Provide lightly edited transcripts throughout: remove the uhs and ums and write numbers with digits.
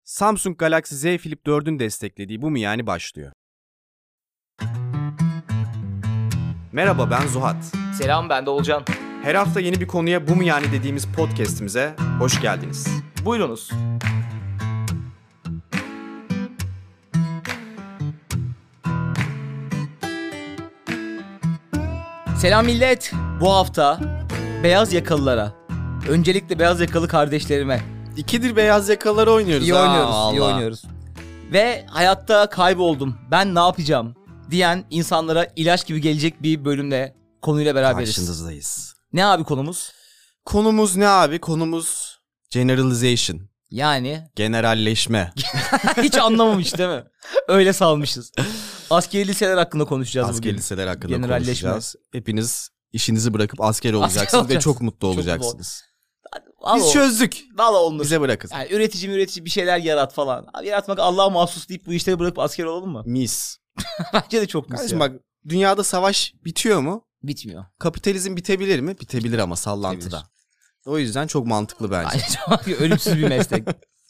Samsung Galaxy Z Flip 4'ün desteklediği Bu Mu Yani başlıyor. Merhaba, ben Zuhat. Selam, ben de Olcan. Her hafta yeni bir konuya Bu Mu Yani dediğimiz podcast'imize hoş geldiniz. Buyurunuz. Selam millet. Bu hafta beyaz yakalılara, öncelikle beyaz yakalı kardeşlerime. İkidir beyaz yakalıları oynuyoruz. İyi oynuyoruz. Ve hayatta kayboldum, ben ne yapacağım diyen insanlara ilaç gibi gelecek bir bölümle konuyla beraberiz. Karşınızdayız. Ne abi konumuz? Konumuz ne abi? Konumuz generalization. Yani generalleşme. hiç anlamamış değil mi? Öyle salmışız. Askeri liseler hakkında konuşacağız bugün. Askeri liseler hakkında konuşacağız. Hepiniz işinizi bırakıp asker olacaksınız ve çok mutlu olacaksınız. Biz çözdük. Valla olur. Bize bırakın. Yani üretici bir şeyler yarat falan. Abi yaratmak Allah'a mahsus deyip bu işleri bırakıp asker olalım mı? Mis. Bence de çok mis. Kardeşim bak, dünyada savaş bitiyor mu? Bitmiyor. Kapitalizm bitebilir mi? Bitebilir ama sallantıda. Bitebilir. O yüzden çok mantıklı bence. Ölümsüz bir meslek.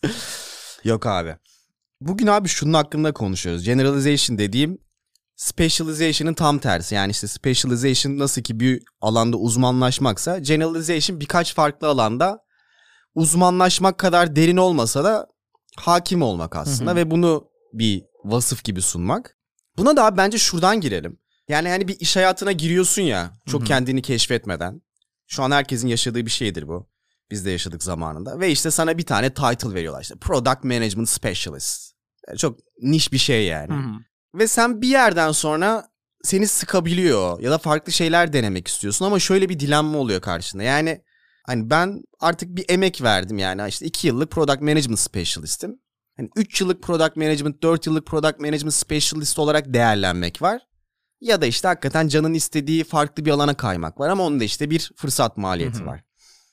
Yok abi. Bugün abi şunun hakkında konuşuyoruz. Generalization dediğim specialization'ın tam tersi. Yani işte specialization nasıl ki bir alanda uzmanlaşmaksa, generalization birkaç farklı alanda uzmanlaşmak kadar derin olmasa da hakim olmak aslında. Ve bunu bir vasıf gibi sunmak. Buna da abi bence şuradan girelim. Yani hani bir iş hayatına giriyorsun ya, çok kendini keşfetmeden. Şu an herkesin yaşadığı bir şeydir bu. Biz de yaşadık zamanında. Ve işte sana bir tane title veriyorlar, işte Product Management Specialist. Yani çok niş bir şey yani. Ve sen bir yerden sonra seni sıkabiliyor ya da farklı şeyler denemek istiyorsun ama şöyle bir dilemma oluyor karşında. Yani hani ben artık bir emek verdim, yani işte 2 yıllık Product Management Specialist'im. Hani 3 yıllık Product Management, 4 yıllık Product Management Specialist olarak değerlenmek var. Ya da işte hakikaten canın istediği farklı bir alana kaymak var ama onun da işte bir fırsat maliyeti var.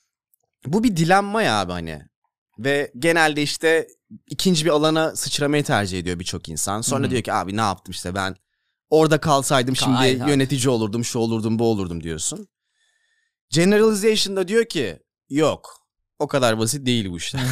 Bu bir dilemma ya abi hani. Ve genelde işte ikinci bir alana sıçramayı tercih ediyor birçok insan. Sonra diyor ki abi ne yaptım işte, ben orada kalsaydım şimdi yönetici olurdum, şu olurdum, bu olurdum diyorsun. Generalization'da diyor ki yok, o kadar basit değil bu işler.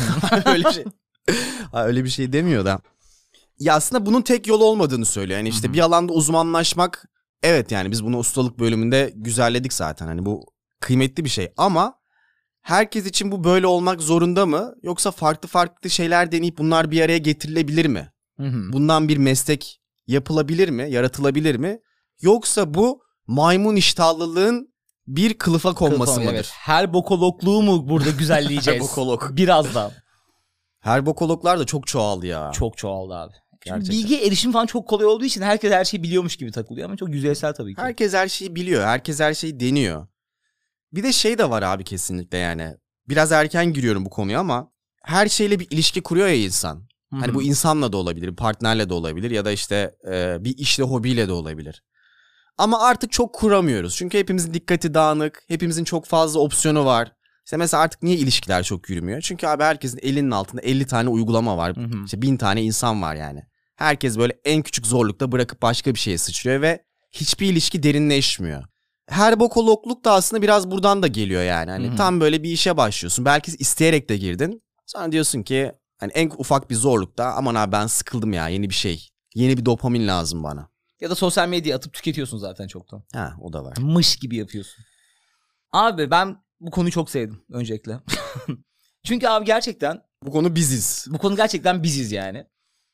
Öyle bir şey demiyor da. Ya aslında bunun tek yol olmadığını söylüyor. Yani işte bir alanda uzmanlaşmak, evet yani biz bunu ustalık bölümünde güzelledik zaten. Hani bu kıymetli bir şey ama herkes için bu böyle olmak zorunda mı? Yoksa farklı şeyler deneyip bunlar bir araya getirilebilir mi? Bundan bir meslek yapılabilir mi? Yaratılabilir mi? Yoksa bu maymun iştahlılığın bir kılıfa konması mıdır? Evet. Her bokologluğu mu burada güzelleyeceğiz? Bokolog. Birazdan. Her bokologlar da çok çoğaldı ya. Çok çoğaldı abi. Bilgiye erişim falan çok kolay olduğu için herkes her şeyi biliyormuş gibi takılıyor ama çok yüzeysel tabii ki. Herkes her şeyi biliyor. Herkes her şeyi deniyor. Bir de şey de var abi kesinlikle yani. Biraz erken giriyorum bu konuya ama her şeyle bir ilişki kuruyor ya insan. Hani bu insanla da olabilir, bir partnerle de olabilir ya da işte bir işle, hobiyle de olabilir. Ama artık çok kuramıyoruz. Çünkü hepimizin dikkati dağınık, hepimizin çok fazla opsiyonu var. İşte mesela artık niye ilişkiler çok yürümüyor? Çünkü abi herkesin elinin altında 50 tane uygulama var. İşte 1000 tane insan var yani. Herkes böyle en küçük zorlukta bırakıp başka bir şeye sıçrıyor ve hiçbir ilişki derinleşmiyor. Her bokologluk da aslında biraz buradan da geliyor yani. Hani tam böyle bir işe başlıyorsun. Belki isteyerek de girdin. Sonra diyorsun ki hani en ufak bir zorlukta aman abi ben sıkıldım ya, yeni bir şey. Yeni bir dopamin lazım bana. Ya da sosyal medyayı atıp tüketiyorsun zaten çoktan. Ha, o da var. Mış gibi yapıyorsun. Abi ben bu konuyu çok sevdim öncelikle. Çünkü abi gerçekten bu konu biziz. Bu konu gerçekten biziz yani.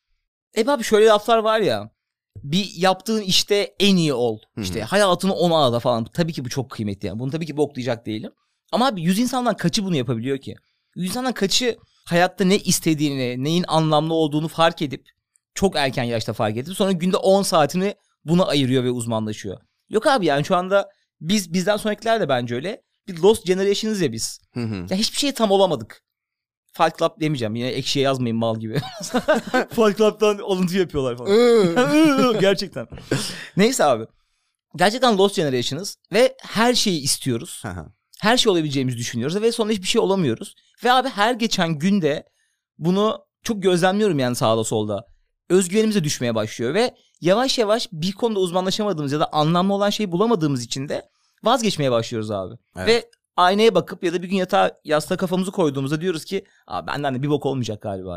Abi şöyle laflar var ya. Bir yaptığın işte en iyi ol. İşte hayatını ona ada falan. Tabii ki bu çok kıymetli yani. Bunu tabii ki boklayacak değilim. Ama abi 100 insandan kaçı bunu yapabiliyor ki? 100 insandan kaçı hayatta ne istediğini, neyin anlamlı olduğunu fark edip çok erken yaşta fark edip sonra günde 10 saatini buna ayırıyor ve uzmanlaşıyor. Yok abi yani şu anda bizden sonrakiler de bence öyle. Bir lost generation'ız ya biz. Ya hiçbir şey tam olamadık. Fight Club demeyeceğim. Yine ekşiye yazmayın mal gibi. Fight Club'dan alıntı yapıyorlar falan. Gerçekten. Neyse abi. Gerçekten lost generation'ız ve her şeyi istiyoruz. Her şey olabileceğimizi düşünüyoruz ve sonra hiçbir şey olamıyoruz. Ve abi her geçen günde bunu çok gözlemliyorum yani sağda solda. Özgüvenimize düşmeye başlıyor ve yavaş yavaş bir konuda uzmanlaşamadığımız ya da anlamlı olan şeyi bulamadığımız için de vazgeçmeye başlıyoruz abi. Evet. Ve aynaya bakıp ya da bir gün yastığa kafamızı koyduğumuzda diyoruz ki benden de bir bok olmayacak galiba ya.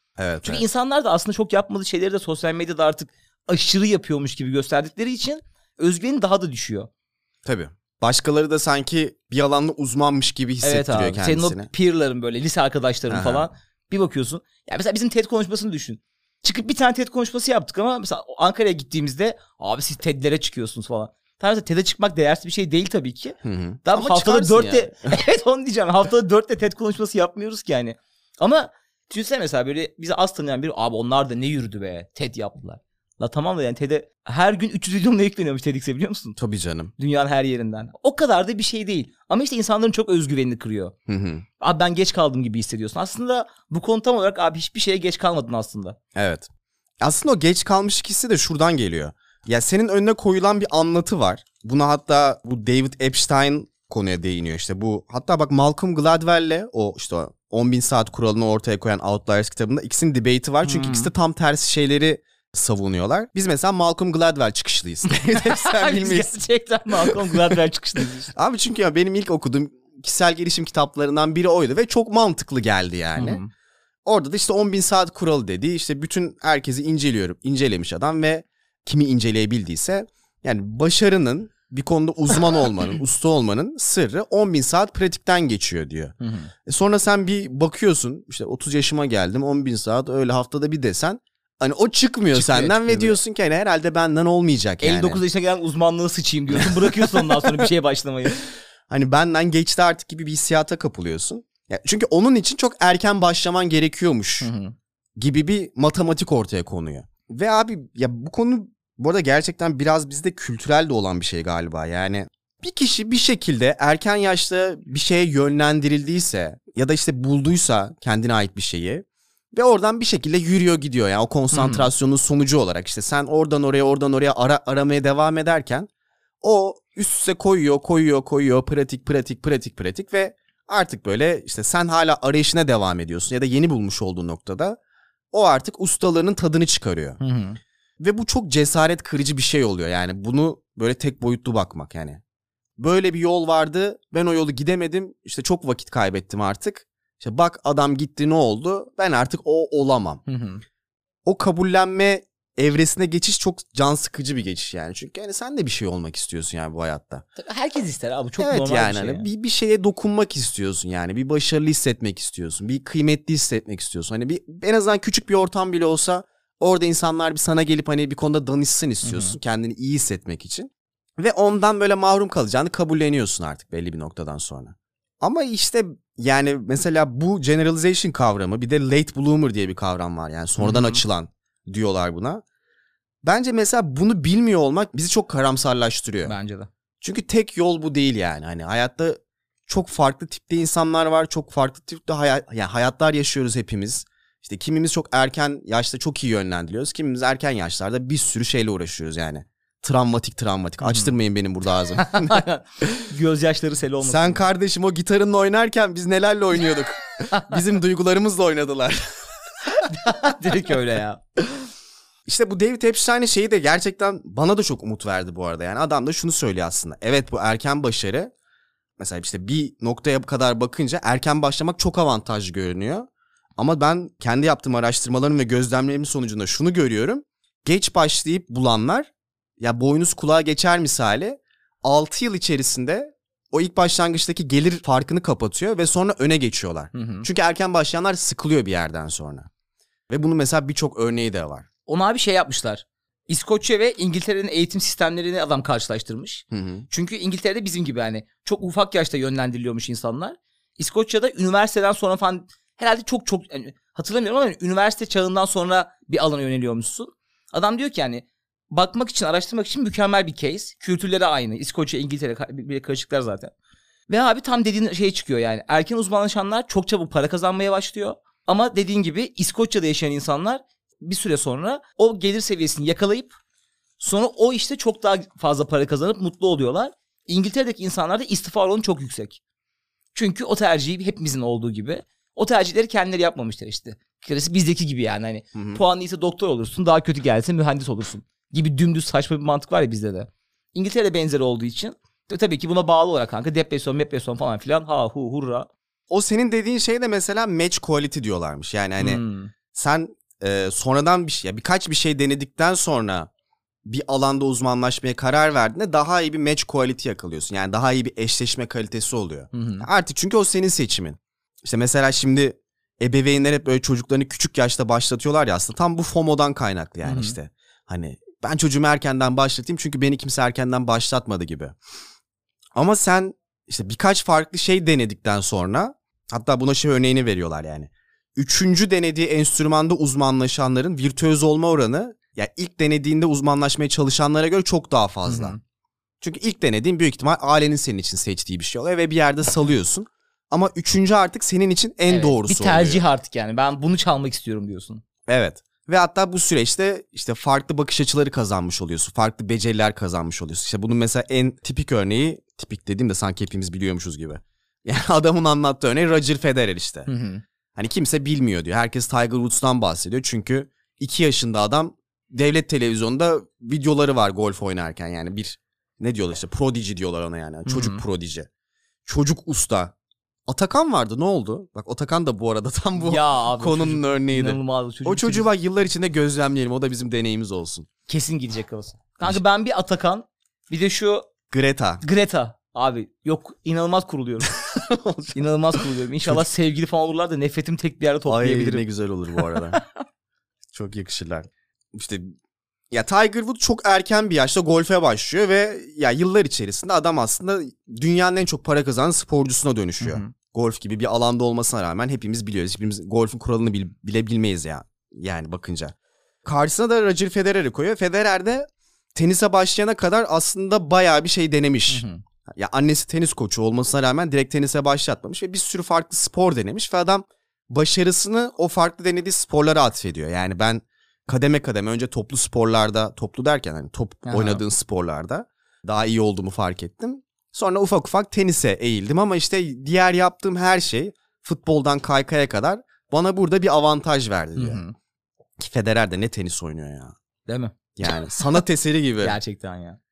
Evet. Çünkü evet. insanlar da aslında çok yapmadığı şeyleri de sosyal medyada artık aşırı yapıyormuş gibi gösterdikleri için özgüveni daha da düşüyor. Tabii. Başkaları da sanki bir alanda uzmanmış gibi hissettiriyor evet abi. kendisini. Senin o peer'ların böyle lise arkadaşların Aha. falan bir bakıyorsun. Ya mesela bizim TED konuşmasını düşün. Çıkıp bir tane TED konuşması yaptık ama mesela Ankara'ya gittiğimizde abi siz TED'lere çıkıyorsunuz falan. Tabii mesela TED'e çıkmak değersiz bir şey değil tabii ki. Daha Ama haftada çıkarsın 4'te evet onu diyeceğim. Haftada 4'te TED konuşması yapmıyoruz ki yani. Ama düşünsene mesela böyle bizi az tanıyan biri abi onlar da ne yürüdü be TED yaptılar. La tamam da yani TED'e her gün 300 videonla yükleniyormuş TEDx'e biliyor musun? Tabii canım. Dünyanın her yerinden. O kadar da bir şey değil. Ama işte insanların çok özgüvenini kırıyor. Abi ben geç kaldım gibi hissediyorsun. Aslında bu konu tam olarak abi hiçbir şeye geç kalmadın aslında. Evet. Aslında o geç kalmış hissi de şuradan geliyor. Ya senin önüne koyulan bir anlatı var. Buna hatta bu David Epstein konuya değiniyor işte. Bu hatta bak Malcolm Gladwell'le o işte o 10.000 saat kuralını ortaya koyan Outliers kitabında ikisinin debate'i var. Çünkü ikisi de tam tersi şeyleri savunuyorlar. Biz mesela Malcolm Gladwell çıkışlıyız. Sen bilmiyorsun. Gerçekten Malcolm Gladwell çıkışlıyız. Abi çünkü ya benim ilk okuduğum kişisel gelişim kitaplarından biri oydu ve çok mantıklı geldi yani. Orada da işte 10.000 saat kuralı dedi. İşte bütün herkesi incelemiş adam ve kimi inceleyebildiyse yani başarının bir konuda uzman olmanın, usta olmanın sırrı 10.000 saat pratikten geçiyor diyor. Sonra sen bir bakıyorsun işte 30 yaşıma geldim 10.000 saat öyle haftada bir desen hani o çıkmıyor senden ve diyorsun ki hani herhalde benden olmayacak yani. 59 yaşına gelen uzmanlığı sıçayım diyorsun. Bırakıyorsun ondan sonra bir şeye başlamayı. Hani benden geçti artık gibi bir hissiyata kapılıyorsun. Ya çünkü onun için çok erken başlaman gerekiyormuş gibi bir matematik ortaya konuyor. Ve abi ya bu konu bu arada gerçekten biraz bizde kültürel de olan bir şey galiba. Yani bir kişi bir şekilde erken yaşta bir şeye yönlendirildiyse ya da işte bulduysa kendine ait bir şeyi ve oradan bir şekilde yürüyor gidiyor. Yani o konsantrasyonun sonucu olarak işte sen oradan oraya aramaya devam ederken o üst üste koyuyor pratik ve artık böyle işte sen hala arayışına devam ediyorsun ya da yeni bulmuş olduğun noktada o artık ustalığının tadını çıkarıyor. Ve bu çok cesaret kırıcı bir şey oluyor yani bunu böyle tek boyutlu bakmak yani. Böyle bir yol vardı ben o yolu gidemedim işte çok vakit kaybettim artık. İşte bak adam gitti ne oldu ben artık o olamam. O kabullenme evresine geçiş çok can sıkıcı bir geçiş yani. Çünkü yani sen de bir şey olmak istiyorsun yani bu hayatta. Herkes ister abi çok evet, normal yani bir şey. Hani bir şeye dokunmak istiyorsun yani. Bir başarılı hissetmek istiyorsun. Bir kıymetli hissetmek istiyorsun. Hani en azından küçük bir ortam bile olsa orada insanlar bir sana gelip hani bir konuda danışsın istiyorsun. Kendini iyi hissetmek için. Ve ondan böyle mahrum kalacağını kabulleniyorsun artık belli bir noktadan sonra. Ama işte yani mesela bu generalization kavramı bir de late bloomer diye bir kavram var. Yani sonradan açılan diyorlar buna. Bence mesela bunu bilmiyor olmak bizi çok karamsarlaştırıyor. Bence de. Çünkü tek yol bu değil yani. Hani hayatta çok farklı tipte insanlar var. Çok farklı tipte hayatlar yaşıyoruz hepimiz. İşte kimimiz çok erken yaşta çok iyi yönlendiriyoruz. Kimimiz erken yaşlarda bir sürü şeyle uğraşıyoruz yani. Travmatik. Açtırmayın benim burada ağzımı. Gözyaşları seli olmasın. Sen kardeşim o gitarınla oynarken biz nelerle oynuyorduk. Bizim duygularımızla oynadılar. Direkt öyle ya. İşte bu David Epstein'in şeyi de gerçekten bana da çok umut verdi bu arada. Yani adam da şunu söylüyor aslında. Evet bu erken başarı mesela işte bir noktaya kadar bakınca erken başlamak çok avantajlı görünüyor. Ama ben kendi yaptığım araştırmalarım ve gözlemlerimin sonucunda şunu görüyorum. Geç başlayıp bulanlar ya boynuz kulağa geçer misali 6 yıl içerisinde o ilk başlangıçtaki gelir farkını kapatıyor ve sonra öne geçiyorlar. Çünkü erken başlayanlar sıkılıyor bir yerden sonra. Ve bunun mesela birçok örneği de var. Ona bir şey yapmışlar. İskoçya ve İngiltere'nin eğitim sistemlerini adam karşılaştırmış. Çünkü İngiltere'de bizim gibi hani çok ufak yaşta yönlendiriliyormuş insanlar. İskoçya'da üniversiteden sonra falan herhalde çok yani hatırlamıyorum ama üniversite çağından sonra bir alana yöneliyormuşsun. Adam diyor ki yani bakmak için araştırmak için mükemmel bir case. Kültürleri aynı. İskoçya, İngiltere bir karışıklar zaten. Ve abi tam dediğin şey çıkıyor yani. Erken uzmanlaşanlar çok çabuk para kazanmaya başlıyor. Ama dediğin gibi İskoçya'da yaşayan insanlar bir süre sonra o gelir seviyesini yakalayıp sonra o işte çok daha fazla para kazanıp mutlu oluyorlar. İngiltere'deki insanlarda istifa oranı çok yüksek. Çünkü o tercihi hepimizin olduğu gibi o tercihleri kendileri yapmamışlar işte. Klasik bizdeki gibi yani hani puanlı ise doktor olursun, daha kötü gelse mühendis olursun gibi dümdüz saçma bir mantık var ya bizde de. İngiltere'de benzeri olduğu için tabii ki buna bağlı olarak kanka depresyon falan filan ha hu hurra. O senin dediğin şey de mesela match quality diyorlarmış. Yani hani sen sonradan birkaç bir şey denedikten sonra bir alanda uzmanlaşmaya karar verdiğinde daha iyi bir match quality yakalıyorsun. Yani daha iyi bir eşleşme kalitesi oluyor. Artık çünkü o senin seçimin. İşte mesela şimdi ebeveynler hep böyle çocuklarını küçük yaşta başlatıyorlar ya, aslında tam bu FOMO'dan kaynaklı yani. İşte hani ben çocuğumu erkenden başlatayım çünkü beni kimse erkenden başlatmadı gibi. Ama sen işte birkaç farklı şey denedikten sonra, hatta buna şey örneğini veriyorlar yani. 3. denediği enstrümanda uzmanlaşanların virtüöz olma oranı yani ilk denediğinde uzmanlaşmaya çalışanlara göre çok daha fazla. Çünkü ilk denediğin büyük ihtimal ailenin senin için seçtiği bir şey oluyor ve bir yerde salıyorsun. Ama 3. artık senin için en doğrusu oluyor. Bir tercih artık yani. Ben bunu çalmak istiyorum diyorsun. Evet. Ve hatta bu süreçte işte farklı bakış açıları kazanmış oluyorsun. Farklı beceriler kazanmış oluyorsun. İşte bunun mesela en tipik örneği, tipik dediğim de sanki hepimiz biliyormuşuz gibi. Yani adamın anlattığı örneği Roger Federer işte. Hani kimse bilmiyor diyor. Herkes Tiger Woods'tan bahsediyor. Çünkü 2 yaşında adam, devlet televizyonda videoları var golf oynarken. Yani bir, ne diyorlar işte, prodigy diyorlar ona yani. Çocuk prodigy. Çocuk usta. Atakan vardı, ne oldu? Bak Atakan da bu arada tam bu abi, konunun örneğiydi. O çocuğu bak yıllar içinde gözlemleyelim. O da bizim deneyimiz olsun. Kesin gidecek kalsın. Kanka ben bir Atakan, bir de şu Greta. Abi yok, inanılmaz kuruluyorum. İnanılmaz kuruluyorum. İnşallah sevgili falan olurlar da nefretim tek bir yerde toplayabilirim. Ay ne güzel olur bu arada. Çok yakışırlar. İşte ya Tiger Woods çok erken bir yaşta golfe başlıyor ve ya yıllar içerisinde adam aslında dünyanın en çok para kazanan sporcusuna dönüşüyor. Golf gibi bir alanda olmasına rağmen hepimiz biliyoruz. Hiçbirimiz golfün kuralını bile bilmeyiz ya. Yani bakınca. Karşısına da Roger Federer'i koyuyor. Federer de tenise başlayana kadar aslında bayağı bir şey denemiş. Ya annesi tenis koçu olmasına rağmen direkt tenise başlatmamış ve bir sürü farklı spor denemiş ve adam başarısını o farklı denediği sporlara atfediyor. Yani ben kademe kademe önce toplu sporlarda, toplu derken hani top oynadığın sporlarda daha iyi olduğumu fark ettim. Sonra ufak ufak tenise eğildim ama işte diğer yaptığım her şey, futboldan kaykaya kadar, bana burada bir avantaj verdi diyor. Ki Federer de ne tenis oynuyor ya. Değil mi? Yani sanat eseri gibi. Gerçekten ya.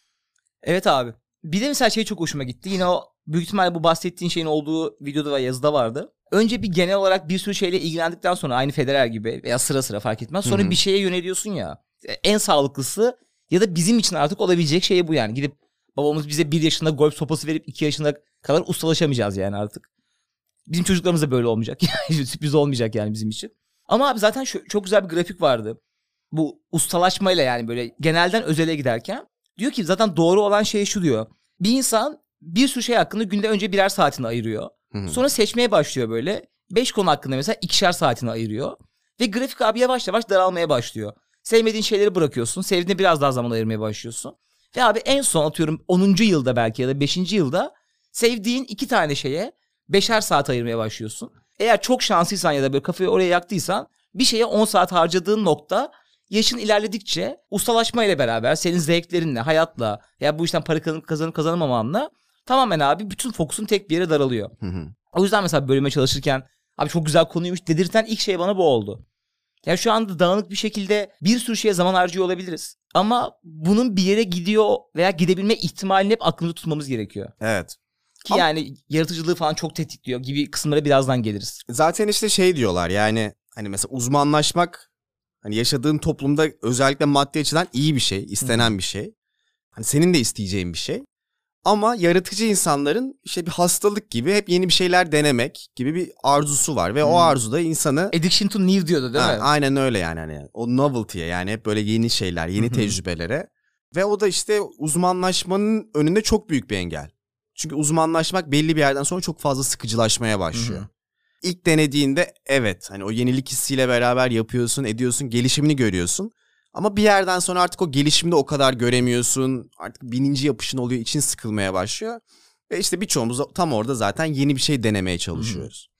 Evet abi. Bir de mesela şey çok hoşuma gitti. Yine o büyük ihtimalle bu bahsettiğin şeyin olduğu videoda ve yazıda vardı. Önce bir genel olarak bir sürü şeyle ilgilendikten sonra, aynı Federer gibi veya sıra sıra fark etmez. Sonra bir şeye yöneliyorsun ya. En sağlıklısı ya da bizim için artık olabilecek şey bu yani. Gidip babamız bize 1 yaşında golf sopası verip 2 yaşına kadar ustalaşamayacağız yani artık. Bizim çocuklarımız da böyle olmayacak. Yani sürpriz olmayacak yani bizim için. Ama abi zaten çok güzel bir grafik vardı. Bu ustalaşmayla yani böyle genelden özele giderken. Diyor ki zaten doğru olan şey şu diyor. Bir insan bir sürü şey hakkında günde önce 1'er saatini ayırıyor. Sonra seçmeye başlıyor böyle. 5 konu hakkında mesela 2'şer saatini ayırıyor. Ve grafik abi yavaş yavaş daralmaya başlıyor. Sevmediğin şeyleri bırakıyorsun. Sevdiğine biraz daha zaman ayırmaya başlıyorsun. Ve abi en son atıyorum 10. yılda belki ya da 5. yılda sevdiğin 2 tane şeye 5'er saat ayırmaya başlıyorsun. Eğer çok şanslıysan ya da böyle kafayı oraya yaktıysan bir şeye 10 saat harcadığın nokta, yaşın ilerledikçe ustalaşmayla beraber senin zevklerinle, hayatla ya bu işten para kazanıp kazanamamanla tamamen abi bütün fokusun tek bir yere daralıyor. O yüzden mesela bölüme çalışırken abi çok güzel konuymuş dedirten ilk şey bana bu oldu. Yani şu anda dağınık bir şekilde bir sürü şeye zaman harcıyor olabiliriz. Ama bunun bir yere gidiyor veya gidebilme ihtimalini hep aklımızda tutmamız gerekiyor. Evet. Ki yani yaratıcılığı falan çok tetikliyor gibi kısımlara birazdan geliriz. Zaten işte şey diyorlar yani hani mesela uzmanlaşmak hani yaşadığın toplumda özellikle maddi açıdan iyi bir şey, istenen bir şey. Hani senin de isteyeceğin bir şey. Ama yaratıcı insanların işte bir hastalık gibi hep yeni bir şeyler denemek gibi bir arzusu var ve o arzuda insanı addiction to new diyordu değil mi? Aynen öyle yani hani o novelty'ye, yani hep böyle yeni şeyler, yeni tecrübelere ve o da işte uzmanlaşmanın önünde çok büyük bir engel. Çünkü uzmanlaşmak belli bir yerden sonra çok fazla sıkıcılaşmaya başlıyor. İlk denediğinde evet hani o yenilik hissiyle beraber yapıyorsun, ediyorsun, gelişimini görüyorsun. Ama bir yerden sonra artık o gelişimde o kadar göremiyorsun. Artık bininci yapışın oluyor, için sıkılmaya başlıyor. Ve işte birçoğumuz tam orada zaten yeni bir şey denemeye çalışıyoruz.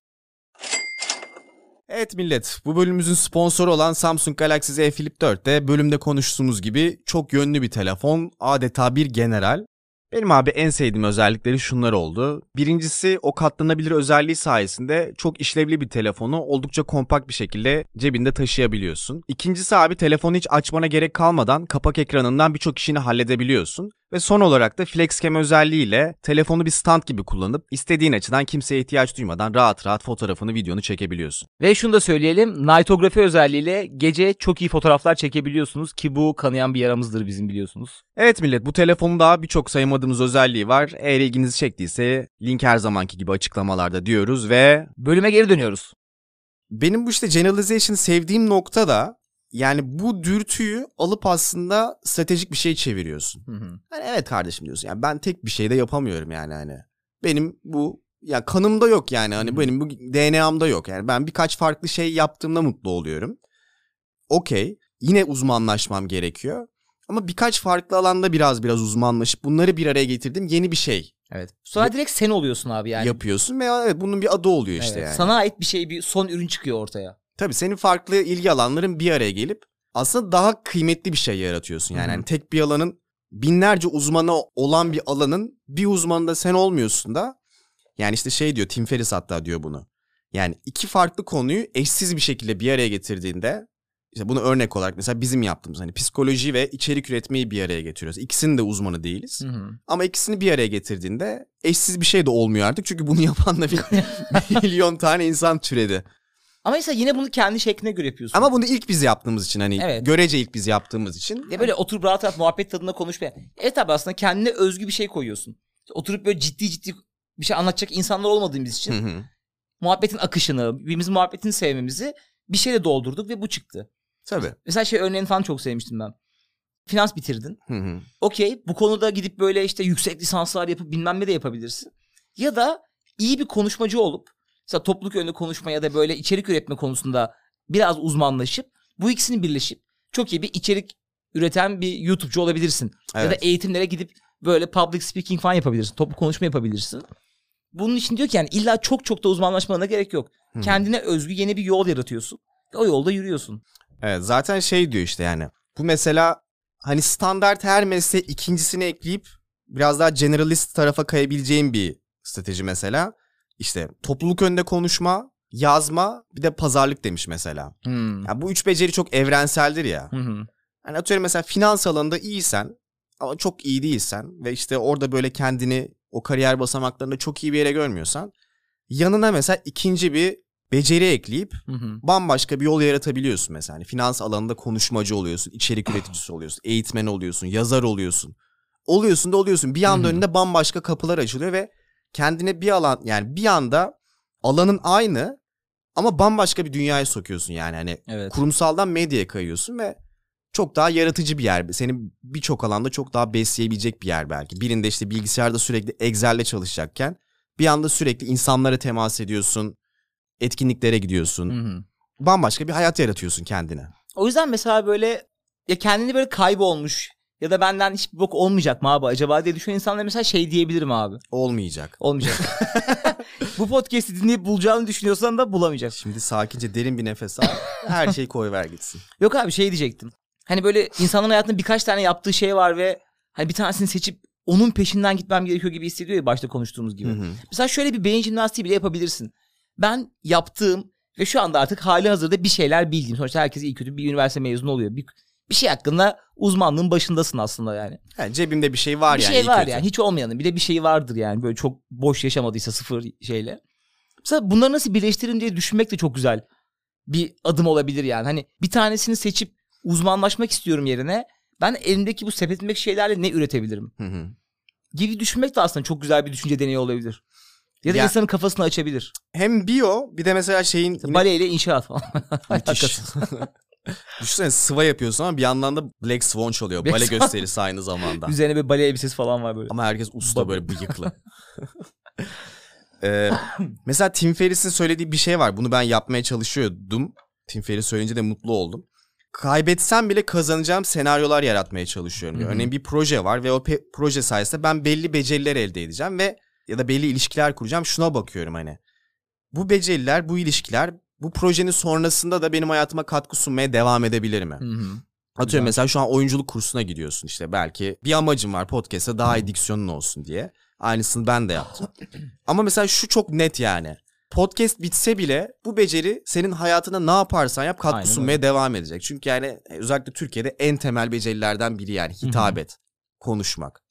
Evet millet, bu bölümümüzün sponsoru olan Samsung Galaxy Z Flip 4'te bölümde konuştuğumuz gibi çok yönlü bir telefon, adeta bir general. Benim abi en sevdiğim özellikleri şunlar oldu. Birincisi, o katlanabilir özelliği sayesinde çok işlevli bir telefonu oldukça kompakt bir şekilde cebinde taşıyabiliyorsun. İkincisi abi, telefonu hiç açmana gerek kalmadan kapak ekranından birçok işini halledebiliyorsun. Ve son olarak da FlexCam özelliğiyle telefonu bir stand gibi kullanıp istediğin açıdan kimseye ihtiyaç duymadan rahat rahat fotoğrafını, videonu çekebiliyorsun. Ve şunu da söyleyelim, Nightografi özelliğiyle gece çok iyi fotoğraflar çekebiliyorsunuz ki bu kanayan bir yaramızdır bizim, biliyorsunuz. Evet millet, bu telefonun daha birçok saymadığımız özelliği var. Eğer ilginizi çektiyse link her zamanki gibi açıklamalarda diyoruz ve bölüme geri dönüyoruz. Benim bu işte generalization sevdiğim nokta da yani bu dürtüyü alıp aslında stratejik bir şey çeviriyorsun. Yani evet kardeşim diyorsun. Yani ben tek bir şey de yapamıyorum yani hani. Benim bu ya kanımda yok yani hani benim bu DNA'mda yok. Yani ben birkaç farklı şey yaptığımda mutlu oluyorum. Okey. Yine uzmanlaşmam gerekiyor. Ama birkaç farklı alanda biraz uzmanlaşıp bunları bir araya getirdim. Yeni bir şey. Evet. Sonra direkt sen oluyorsun abi yani. Yapıyorsun ve evet bunun bir adı oluyor işte evet. yani. Sana ait bir şey, bir son ürün çıkıyor ortaya. Tabii senin farklı ilgi alanların bir araya gelip aslında daha kıymetli bir şey yaratıyorsun. Yani hani tek bir alanın binlerce uzmanı olan bir alanın bir uzmanı da sen olmuyorsun da. Yani işte şey diyor, Tim Ferriss hatta diyor bunu. Yani iki farklı konuyu eşsiz bir şekilde bir araya getirdiğinde, işte bunu örnek olarak mesela bizim yaptığımız hani psikoloji ve içerik üretmeyi bir araya getiriyoruz. İkisinin de uzmanı değiliz. Ama ikisini bir araya getirdiğinde eşsiz bir şey de olmuyor artık. Çünkü bunu yapan da bir milyon tane insan türedi. Ama mesela yine bunu kendi şekline göre yapıyorsun. Ama bunu ilk biz yaptığımız için hani görece ilk biz yaptığımız için. Ya böyle oturup rahat rahat muhabbet tadında konuşmaya. Evet abi, aslında kendine özgü bir şey koyuyorsun. Oturup böyle ciddi bir şey anlatacak insanlar olmadığımız için muhabbetin akışını, birbirimizin muhabbetini sevmemizi bir şeyle doldurduk ve bu çıktı. Tabii. Mesela şey örneğini falan çok sevmiştim ben. Finans bitirdin. Okey, bu konuda gidip böyle işte yüksek lisanslar yapıp bilmem ne de yapabilirsin. Ya da iyi bir konuşmacı olup mesela topluluk önünde konuşma ya da böyle içerik üretme konusunda biraz uzmanlaşıp bu ikisini birleşip çok iyi bir içerik üreten bir YouTube'cu olabilirsin. Evet. Ya da eğitimlere gidip böyle public speaking falan yapabilirsin. Toplu konuşma yapabilirsin. Bunun için diyor ki yani illa çok da uzmanlaşmana gerek yok. Kendine özgü yeni bir yol yaratıyorsun. Ve o yolda yürüyorsun. Evet, zaten şey diyor işte yani. Bu mesela hani standart her mesleğe ikincisini ekleyip biraz daha generalist tarafa kayabileceğin bir strateji mesela. İşte topluluk önünde konuşma, yazma, bir de pazarlık demiş mesela. Yani bu üç beceri çok evrenseldir ya. Yani atıyorum mesela finans alanında iyisen ama çok iyi değilsen ve işte orada böyle kendini o kariyer basamaklarında çok iyi bir yere görmüyorsan yanına mesela ikinci bir beceri ekleyip bambaşka bir yol yaratabiliyorsun mesela. Yani finans alanında konuşmacı oluyorsun, içerik üreticisi oluyorsun, eğitmen oluyorsun, yazar oluyorsun. Oluyorsun. Bir anda önünde bambaşka kapılar açılıyor ve kendine bir alan, yani bir anda alanın aynı ama bambaşka bir dünyaya sokuyorsun yani. Hani kurumsaldan medyaya kayıyorsun ve çok daha yaratıcı bir yer. Seni birçok alanda çok daha besleyebilecek bir yer belki. Birinde işte bilgisayarda sürekli Excel'le çalışacakken bir anda sürekli insanlara temas ediyorsun. Etkinliklere gidiyorsun. Bambaşka bir hayat yaratıyorsun kendine. O yüzden mesela böyle ya kendini böyle kaybolmuş ya da benden hiçbir bok olmayacak mı abi acaba diye düşünen insanlara mesela şey diyebilirim abi. Olmayacak. Bu podcast'i dinleyip bulacağını düşünüyorsan da bulamayacak. Şimdi sakince derin bir nefes al. Her şeyi koyver gitsin. Yok abi, şey diyecektim. Hani böyle insanların hayatında birkaç tane yaptığı şey var ve hani bir tanesini seçip onun peşinden gitmem gerekiyor gibi hissediyor ya, başta konuştuğumuz gibi. Mesela şöyle bir beyin jimnastiği bile yapabilirsin. Ben yaptığım ve şu anda artık hali hazırda bir şeyler bildiğim. Sonuçta herkes iyi kötü bir üniversite mezunu oluyor. Bir şey hakkında uzmanlığın başındasın aslında yani. Yani cebimde bir şey var bir yani. Bir şey var yani. Hiç olmayanın bile bir şey vardır yani. Böyle çok boş yaşamadıysa sıfır şeyle. Mesela bunları nasıl birleştiririm diye düşünmek de çok güzel bir adım olabilir yani. Hani bir tanesini seçip uzmanlaşmak istiyorum yerine ben elimdeki bu sepetimdeki şeylerle ne üretebilirim? Gibi düşünmek de aslında çok güzel bir düşünce deneyi olabilir. Ya da insanın kafasını açabilir. Hem bio, bir de mesela şeyin... İşte baleyle inşaat falan. Müthiş. Düşünsene sıva yapıyorsun ama bir yandan da Black Swan çalıyor. Bale gösterisi aynı zamanda. Üzerine bir bale elbisesi falan var böyle. Ama herkes usta böyle bıyıklı. Mesela Tim Ferriss'in söylediği bir şey var. Bunu ben yapmaya çalışıyordum. Tim Ferriss söyleyince de mutlu oldum. Kaybetsem bile kazanacağım senaryolar yaratmaya çalışıyorum diyor. Örneğin bir proje var ve o proje sayesinde ben belli beceriler elde edeceğim ve ya da belli ilişkiler kuracağım. Şuna bakıyorum hani. Bu beceriler, bu ilişkiler bu projenin sonrasında da benim hayatıma katkı sunmaya devam edebilir mi? Atıyorum mesela şu an oyunculuk kursuna gidiyorsun işte, belki bir amacım var podcast'ta daha iyi diksiyonun olsun diye. Aynısını ben de yaptım. Ama mesela şu çok net yani. Podcast bitse bile bu beceri senin hayatına ne yaparsan yap katkı sunmaya devam edecek. Çünkü yani özellikle Türkiye'de en temel becerilerden biri yani hitabet, konuşmak.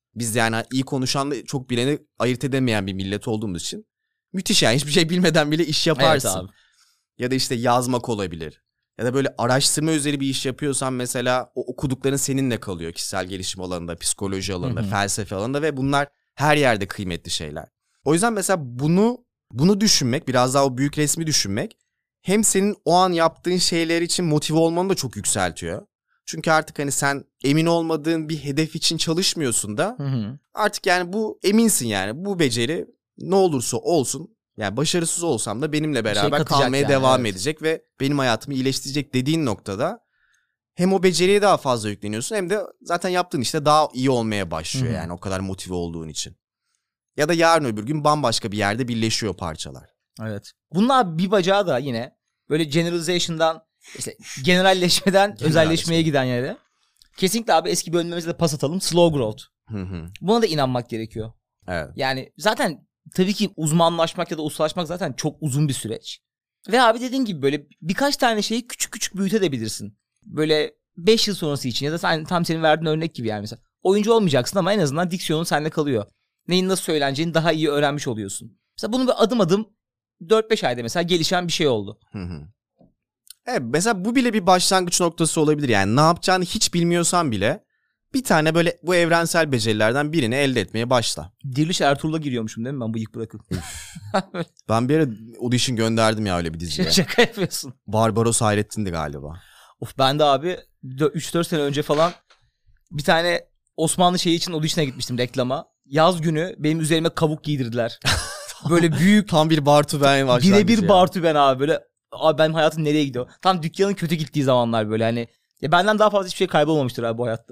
Biz yani iyi konuşanla çok bileni ayırt edemeyen bir millet olduğumuz için müthiş yani, hiçbir şey bilmeden bile iş yaparsın. Evet abi. Ya da işte yazmak olabilir. Ya da böyle araştırma üzeri bir iş yapıyorsan mesela o okudukların seninle kalıyor kişisel gelişim alanında, psikoloji alanında, felsefe alanında ve bunlar her yerde kıymetli şeyler. O yüzden mesela bunu düşünmek, biraz daha o büyük resmi düşünmek hem senin o an yaptığın şeyler için motive olmanı da çok yükseltiyor. Çünkü artık hani sen emin olmadığın bir hedef için çalışmıyorsun da artık yani bu eminsin yani bu beceri ne olursa olsun yani başarısız olsam da benimle beraber kalmaya yani, devam edecek ve benim hayatımı iyileştirecek dediğin noktada hem o beceriye daha fazla yükleniyorsun hem de zaten yaptığın işte daha iyi olmaya başlıyor yani o kadar motive olduğun için. Ya da yarın öbür gün bambaşka bir yerde birleşiyor parçalar. Evet. Bunlar bir bacağı da yine böyle generalization'dan işte generalleşmeden özelleşmeye giden yere. Kesinlikle abi eski bölümlerimizde pas atalım. Slow growth. Buna da inanmak gerekiyor. Evet. Yani zaten tabii ki uzmanlaşmak ya da ustalaşmak zaten çok uzun bir süreç. Ve abi dediğin gibi böyle birkaç tane şeyi küçük küçük büyütebilirsin. Böyle 5 yıl sonrası için ya da tam senin verdiğin örnek gibi yani mesela. Oyuncu olmayacaksın ama en azından diksiyonun sende kalıyor. Neyin nasıl söyleneceğini daha iyi öğrenmiş oluyorsun. Mesela bunu bir adım adım 4-5 ayda mesela gelişen bir şey oldu. Evet, mesela bu bile bir başlangıç noktası olabilir. Yani ne yapacağını hiç bilmiyorsan bile bir tane böyle bu evrensel becerilerden birini elde etmeye başla. Diriliş Ertuğrul'a giriyormuşum değil mi ben bıyık bırakıp? Ben bir ara audition gönderdim ya öyle bir diziye. Şaka yapıyorsun. Barbaros Hayrettin'di galiba. Of ben de abi 3-4 sene önce falan bir tane Osmanlı şeyi için audition'a gitmiştim reklama. Yaz günü benim üzerime kabuk giydirdiler. Böyle büyük. Tam bir Bartu Ben başlangıcı. Birebir Bartu Ben abi böyle. Abi benim hayatım nereye gidiyor? Tam dükkanın kötü gittiği zamanlar böyle hani. Ya benden daha fazla hiçbir şey kaybolmamıştır abi bu hayatta.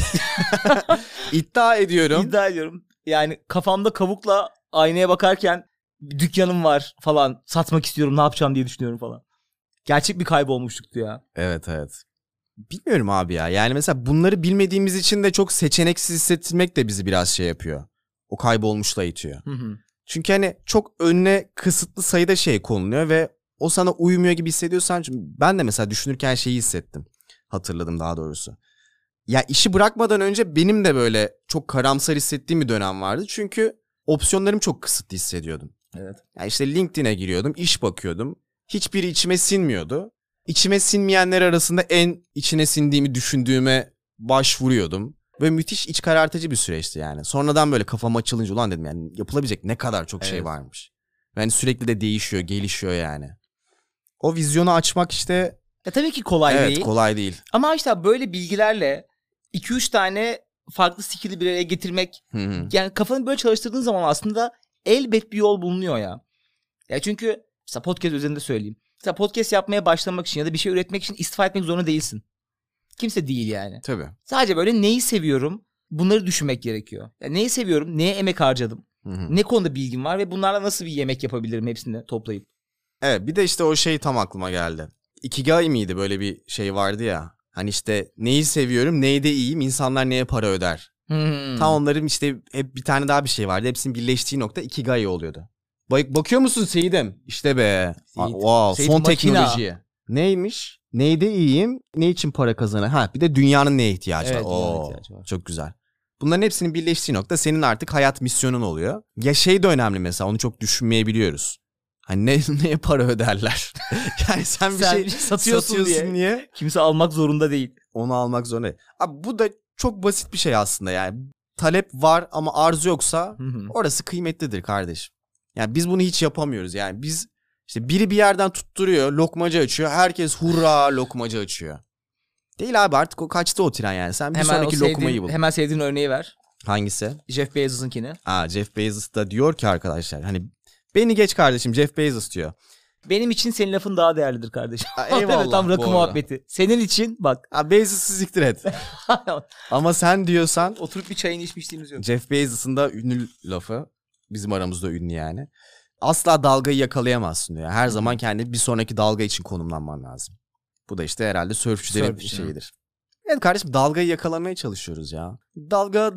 İddia ediyorum. İddia ediyorum. Yani kafamda kabukla aynaya bakarken dükkanım var falan. Satmak istiyorum ne yapacağım diye düşünüyorum falan. Gerçek bir kaybolmuşluktu ya. Evet. Bilmiyorum abi ya. Yani mesela bunları bilmediğimiz için de çok seçeneksiz hissettirmek de bizi biraz şey yapıyor. O kaybolmuşla itiyor. Çünkü hani çok önüne kısıtlı sayıda şey konuluyor ve o sana uymuyor gibi hissediyorsan, ben de mesela düşünürken şeyi hissettim. Hatırladım daha doğrusu. Ya işi bırakmadan önce benim de böyle çok karamsar hissettiğim bir dönem vardı. Çünkü opsiyonlarım çok kısıtlı hissediyordum. Evet. Yani işte LinkedIn'e giriyordum, iş bakıyordum. Hiçbiri içime sinmiyordu. İçime sinmeyenler arasında en içine sindiğimi düşündüğüme başvuruyordum. Böyle müthiş iç karartıcı bir süreçti yani. Sonradan böyle kafam açılınca ulan dedim yani yapılabilecek ne kadar çok şey varmış. Yani sürekli de değişiyor, gelişiyor yani. O vizyonu açmak işte... Ya tabii ki kolay değil. Evet, kolay değil. Ama işte böyle bilgilerle 2-3 tane farklı skill'i bir araya getirmek... Yani kafanı böyle çalıştırdığın zaman aslında elbet bir yol bulunuyor ya. Ya çünkü mesela podcast üzerinde söyleyeyim. Mesela podcast yapmaya başlamak için ya da bir şey üretmek için istifa etmek zorunda değilsin. Kimse değil yani. Tabii. Sadece böyle neyi seviyorum bunları düşünmek gerekiyor. Yani neyi seviyorum, neye emek harcadım, ne konuda bilgim var ve bunlarla nasıl bir yemek yapabilirim hepsini toplayıp. Evet bir de işte o şey tam aklıma geldi. Ikigai miydi böyle bir şey vardı ya. Hani işte neyi seviyorum, neyde iyiyim, insanlar neye para öder. Tam onların işte hep bir tane daha bir şey vardı. Hepsinin birleştiği nokta Ikigai oluyordu. Bakıyor musun Seyit'im? İşte be. Wow, Seyit son makina. teknolojiye. Neymiş? Neyde iyiyim? Ne için para kazanır? Ha bir de dünyanın neye ihtiyacı var? ihtiyacı var. Çok güzel. Bunların hepsinin birleştiği nokta senin artık hayat misyonun oluyor. Ya şey de önemli mesela onu çok düşünmeyebiliyoruz. Hani neye para öderler? Yani sen bir şey satıyorsun diye. Kimse almak zorunda değil. Onu almak zorunda değil. Abi bu da çok basit bir şey aslında yani. Talep var ama arzu yoksa orası kıymetlidir kardeşim. Yani biz bunu hiç yapamıyoruz yani biz işte biri bir yerden tutturuyor lokmacı açıyor herkes hurra lokmacı açıyor. Değil abi artık o kaçtı o tren yani sen bir hemen sonraki lokmayı bul. Hemen sevdiğin örneği ver. Hangisi? Jeff Bezos'unkini. Jeff Bezos da diyor ki arkadaşlar hani beni geç kardeşim Jeff Bezos diyor. Benim için senin lafın daha değerlidir kardeşim. Eyvallah. Tam rakı muhabbeti. Senin için bak. Bezos'u siktir et. Ama sen diyorsan. Oturup bir çayını içmişliğimiz yok. Jeff Bezos'un da ünlü lafı. Bizim aramızda ünlü yani. Asla dalgayı yakalayamazsın diyor. Her zaman kendini bir sonraki dalga için konumlanman lazım. Bu da işte herhalde sörfçülerin şeyidir. Evet kardeşim dalgayı yakalamaya çalışıyoruz ya. Dalga.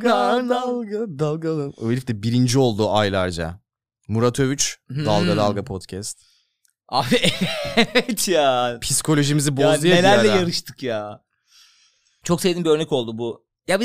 O herif de birinci oldu aylarca. Murat Övüç Dalga podcast. Abi evet ya. Psikolojimizi bozdu ya. Nelerle yarıştık ya. Çok sevdiğim bir örnek oldu bu. Ya bir de bu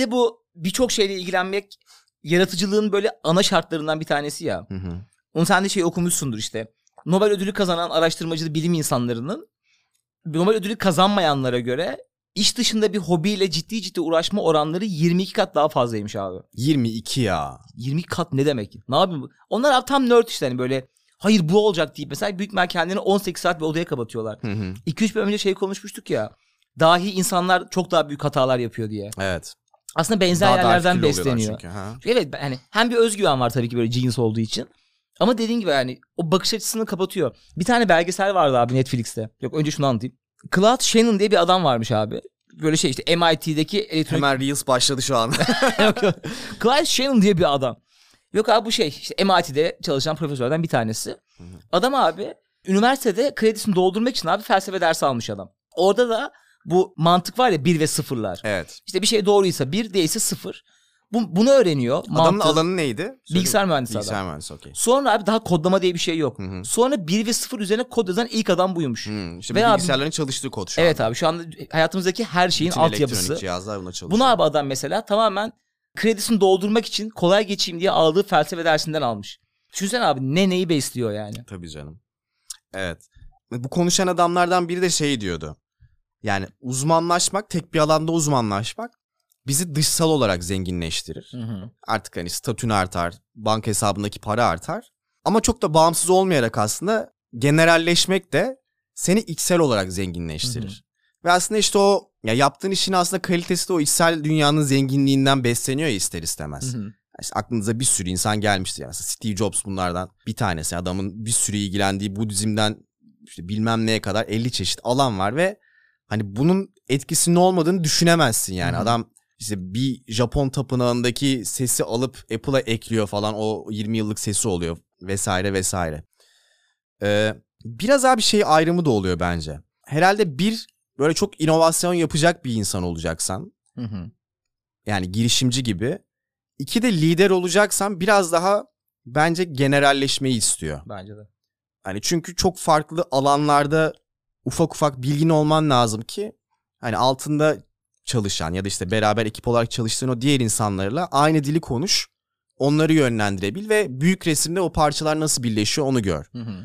birçok şeyle ilgilenmek yaratıcılığın böyle ana şartlarından bir tanesi ya. Onu sen de şey okumuşsundur işte. Nobel ödülü kazanan araştırmacı bilim insanlarının Nobel ödülü kazanmayanlara göre iş dışında bir hobiyle ciddi uğraşma oranları 22 kat daha fazlaymış abi. 22 ya. 22 kat ne demek? Ne yapayım? Onlar abi tam nerd işte hani böyle hayır bu olacak deyip mesela büyük ihtimal kendilerini 18 saat bir odaya kapatıyorlar. 2-3 bölüm önce şey konuşmuştuk ya. Dahi insanlar çok daha büyük hatalar yapıyor diye. Evet. Aslında benzer daha yerlerden besleniyor. çünkü, evet hani hem bir özgüven var tabii ki böyle genius olduğu için. Ama dediğin gibi yani o bakış açısını kapatıyor. Bir tane belgesel vardı abi Netflix'te. Yok önce şunu anlatayım. Claude Shannon diye bir adam varmış abi. Böyle şey işte MIT'deki elektronik... Hemen Reels başladı şu an. yok. Claude Shannon diye bir adam. Yok abi bu şey işte MIT'de çalışan profesörlerden bir tanesi. Adam abi üniversitede kredisini doldurmak için abi felsefe dersi almış adam. Orada da bu mantık var ya 1 ve 0'lar. Evet. İşte bir şey doğruysa 1 değilse 0. Bunu öğreniyor. Adamın alanı neydi? Bilgisayar mühendisi adam. Bilgisayar mühendisi okey. Sonra abi daha kodlama diye bir şey yok. Sonra 1 ve 0 üzerine kod yazan ilk adam buymuş. İşte bilgisayarların çalıştığı kod şu evet anda. abi şu anda hayatımızdaki her şeyin bütün altyapısı. elektronik cihazlar buna çalışıyor. Bunu abi adam mesela tamamen kredisini doldurmak için kolay geçeyim diye aldığı felsefe dersinden almış. Düşünsene abi neyi besliyor yani. Tabii canım. Evet. Bu konuşan adamlardan biri de şey diyordu. Yani uzmanlaşmak, tek bir alanda uzmanlaşmak bizi dışsal olarak zenginleştirir. Artık hani statün artar, banka hesabındaki para artar. Ama çok da bağımsız olmayarak aslında generalleşmek de seni içsel olarak zenginleştirir. Ve aslında işte o ya yaptığın işin aslında kalitesi de o içsel dünyanın zenginliğinden besleniyor ya ister istemez. İşte aklınıza bir sürü insan gelmiştir. Yani Steve Jobs bunlardan bir tanesi. Adamın bir sürü ilgilendiği Budizm'den işte bilmem neye kadar 50 çeşit alan var ve hani bunun etkisinin olmadığını düşünemezsin yani. Adam işte bir Japon tapınağındaki sesi alıp Apple'a ekliyor falan, o 20 yıllık sesi oluyor vesaire vesaire. Biraz abi şey ayrımı da oluyor bence. Herhalde bir böyle çok inovasyon yapacak bir insan olacaksan, yani girişimci gibi. 2 de lider olacaksan biraz daha bence generalleşmeyi istiyor. Bence de. Hani çünkü çok farklı alanlarda ufak ufak bilgin olman lazım ki hani altında çalışan ya da işte beraber ekip olarak çalıştığın o diğer insanlarla aynı dili konuş, onları yönlendirebil ve büyük resimde o parçalar nasıl birleşiyor onu gör.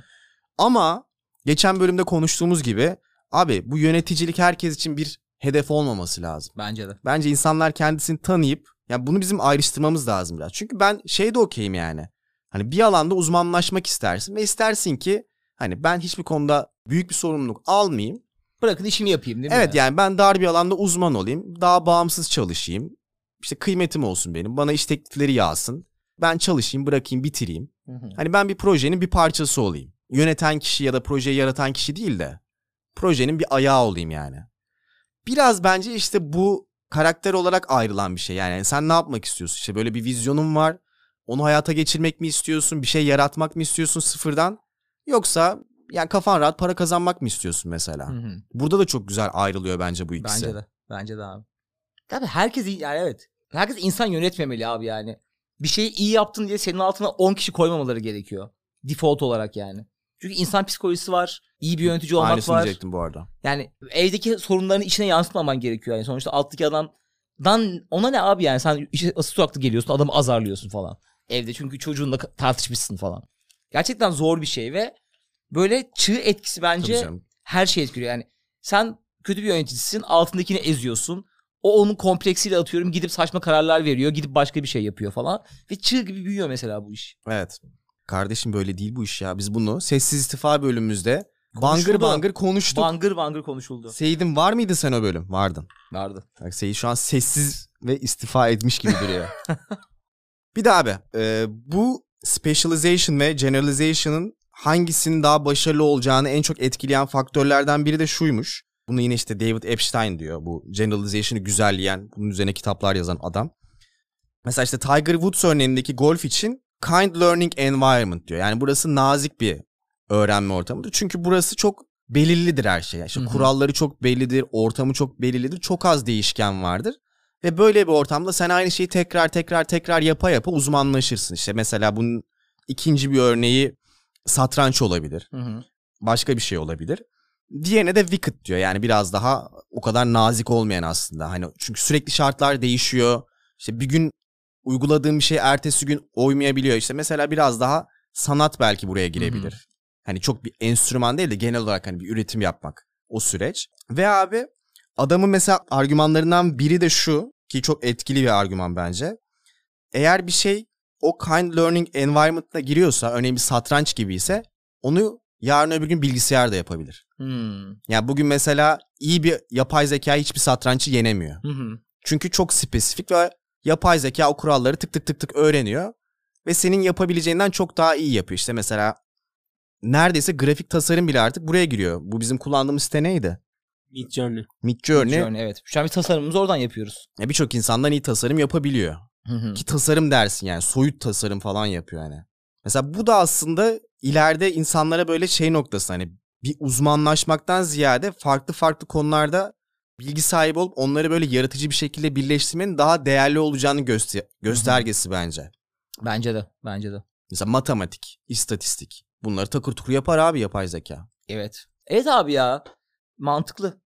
Ama geçen bölümde konuştuğumuz gibi abi bu yöneticilik herkes için bir hedef olmaması lazım. Bence de. Bence insanlar kendisini tanıyıp yani bunu bizim ayrıştırmamız lazım biraz. Çünkü ben de okeyim yani. Hani bir alanda uzmanlaşmak istersin ve istersin ki hani ben hiçbir konuda büyük bir sorumluluk almayayım. Bırakın işimi yapayım değil mi? Evet yani ben dar bir alanda uzman olayım. Daha bağımsız çalışayım. İşte kıymetim olsun benim. Bana iş teklifleri yağsın. Ben çalışayım, bırakayım, bitireyim. Hani ben bir projenin bir parçası olayım. Yöneten kişi ya da projeyi yaratan kişi değil de projenin bir ayağı olayım yani. Biraz bence işte bu karakter olarak ayrılan bir şey. Yani sen ne yapmak istiyorsun? İşte böyle bir vizyonun var. Onu hayata geçirmek mi istiyorsun? Bir şey yaratmak mı istiyorsun sıfırdan? Yoksa yani kafan rahat para kazanmak mı istiyorsun mesela? Burada da çok güzel ayrılıyor bence bu ikisi. Bence de abi. Tabii herkes yani evet. Herkes insan yönetmemeli abi yani. Bir şeyi iyi yaptın diye senin altına 10 kişi koymamaları gerekiyor. Default olarak yani. Çünkü insan psikolojisi var. İyi bir yönetici olmak Aynısını var. diyecektim bu arada. Yani evdeki sorunlarını içine yansıtmaman gerekiyor. Yani sonuçta alttaki adamdan ona ne abi yani sen işe asıl suratlı geliyorsun, adamı azarlıyorsun falan. Evde çünkü çocuğunla tartışmışsın falan. Gerçekten zor bir şey ve böyle çığ etkisi bence her şey etkiliyor. Yani sen kötü bir yöneticisin, altındakini eziyorsun. O onun kompleksiyle atıyorum gidip saçma kararlar veriyor, gidip başka bir şey yapıyor falan. Ve çığ gibi büyüyor mesela bu iş. Evet. Kardeşim böyle değil bu iş ya. Biz bunu sessiz istifa bölümümüzde bangır bangır konuştuk. Bangır bangır konuşuldu. Seyit'in var mıydı sen o bölüm? Vardın. Vardı. Bak Seyit şu an sessiz ve istifa etmiş gibi duruyor. Bir de abi bu specialization ve generalization'ın hangisinin daha başarılı olacağını en çok etkileyen faktörlerden biri de şuymuş. Bunu yine işte David Epstein diyor. Bu generalization'ı güzelleyen, bunun üzerine kitaplar yazan adam. Mesela işte Tiger Woods örneğindeki golf için kind learning environment diyor. Yani burası nazik bir öğrenme ortamıdır. Çünkü burası çok belirlidir her şey. Yani işte kuralları çok bellidir, ortamı çok belirlidir. Çok az değişken vardır. Ve böyle bir ortamda sen aynı şeyi tekrar yapa uzmanlaşırsın. İşte mesela bunun ikinci bir örneği satranç olabilir. Başka bir şey olabilir. Diğerine de wicket diyor. Yani biraz daha o kadar nazik olmayan aslında. Hani çünkü sürekli şartlar değişiyor. İşte bir gün uyguladığın bir şey ertesi gün uymayabiliyor. İşte mesela biraz daha sanat belki buraya girebilir. Hı hı. Hani çok bir enstrüman değil de genel olarak hani bir üretim yapmak o süreç. Ve abi adamın mesela argümanlarından biri de şu ki çok etkili bir argüman bence. Eğer bir şey o kind learning environment'ına giriyorsa, örneğin bir satranç gibi ise onu yarın öbür gün bilgisayar da yapabilir. Yani bugün mesela iyi bir yapay zeka hiçbir satrançı yenemiyor. Çünkü çok spesifik ve yapay zeka o kuralları tık tık tık tık öğreniyor ve senin yapabileceğinden çok daha iyi yapıyor. İşte mesela neredeyse grafik tasarım bile artık buraya giriyor. Bu bizim kullandığımız site neydi? Midjourney. Midjourney, evet. Şu an bir tasarımımızı oradan yapıyoruz. Birçok insandan iyi tasarım yapabiliyor. Ki tasarım dersin yani soyut tasarım falan yapıyor yani. Mesela bu da aslında ileride insanlara böyle şey noktası, hani bir uzmanlaşmaktan ziyade farklı farklı konularda bilgi sahibi olup onları böyle yaratıcı bir şekilde birleştirmenin daha değerli olacağını göstergesi bence. Bence de. Mesela matematik, istatistik, bunları takır tukur yapar abi yapay zeka. Evet. Evet abi ya. Mantıklı.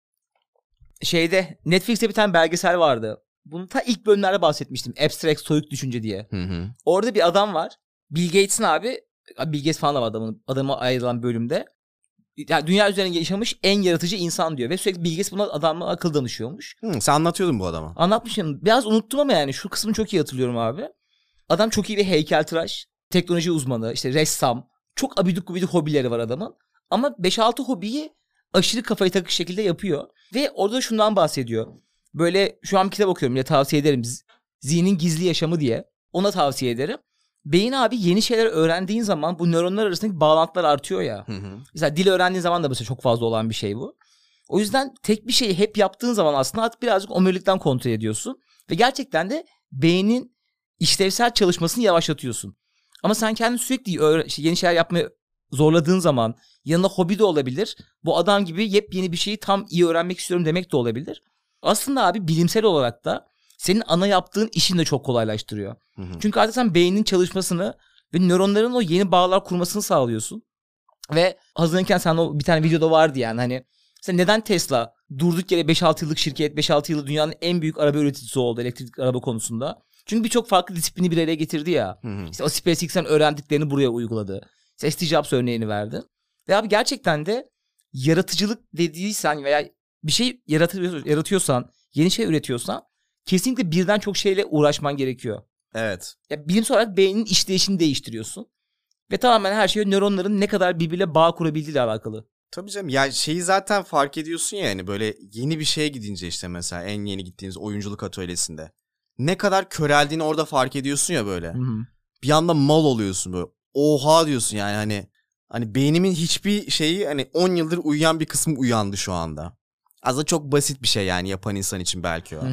Netflix'te bir tane belgesel vardı. Bunu ta ilk bölümlerde bahsetmiştim. Abstract soyut düşünce diye. Orada bir adam var. Bill Gates'in abi. Bill Gates falan da var adama ayrılan bölümde. Yani dünya üzerinde yaşamış en yaratıcı insan diyor. Ve sürekli Bill Gates buna adamla akıl danışıyormuş. Sen anlatıyordun bu adama. Anlatmışım. Biraz unuttum ama yani şu kısmını çok iyi hatırlıyorum abi. Adam çok iyi bir heykeltıraş. Teknoloji uzmanı. İşte ressam. Çok abidik gubidik hobileri var adamın. Ama 5-6 hobiyi aşırı kafayı takış şekilde yapıyor. Ve orada şundan bahsediyor. Böyle şu an bir kitap okuyorum ya, tavsiye ederim. Zihnin Gizli Yaşamı diye. Ona tavsiye ederim. Beyin abi yeni şeyler öğrendiğin zaman bu nöronlar arasındaki bağlantılar artıyor ya. Mesela dil öğrendiğin zaman da mesela çok fazla olan bir şey bu. O yüzden tek bir şeyi hep yaptığın zaman aslında artık birazcık omurilikten kontrol ediyorsun. Ve gerçekten de beynin işlevsel çalışmasını yavaşlatıyorsun. Ama sen kendini sürekli yeni şeyler yapmaya zorladığın zaman, yanında hobi de olabilir. Bu adam gibi yepyeni bir şeyi tam iyi öğrenmek istiyorum demek de olabilir. Aslında abi bilimsel olarak da senin ana yaptığın işini de çok kolaylaştırıyor. Çünkü artık sen beynin çalışmasını ve nöronların o yeni bağlar kurmasını sağlıyorsun. Ve hazırlanırken sen o bir tane videoda vardı yani hani sen neden Tesla durduk yere 5-6 yıllık şirket, 5-6 yılda dünyanın en büyük araba üreticisi oldu elektrikli araba konusunda. Çünkü birçok farklı disiplini bir araya getirdi ya. İşte o SpaceX'ten öğrendiklerini buraya uyguladı. İşte Steve Jobs örneğini verdi. Ve abi gerçekten de yaratıcılık dediysen veya bir şey yaratıyorsan, yeni şey üretiyorsan kesinlikle birden çok şeyle uğraşman gerekiyor. Evet. Ya bilimsel olarak beynin işleyişini değiştiriyorsun. Ve tamamen her şey nöronların ne kadar birbiriyle bağ kurabildiğiyle alakalı. Tabii canım ya şeyi zaten fark ediyorsun ya hani böyle yeni bir şeye gidince işte mesela en yeni gittiğiniz oyunculuk atölyesinde. Ne kadar köreldiğini orada fark ediyorsun ya böyle. Bir anda mal oluyorsun böyle. Oha diyorsun yani hani beynimin hiçbir şeyi hani 10 yıldır uyuyan bir kısmı uyandı şu anda. Aslında çok basit bir şey yani yapan insan için belki o.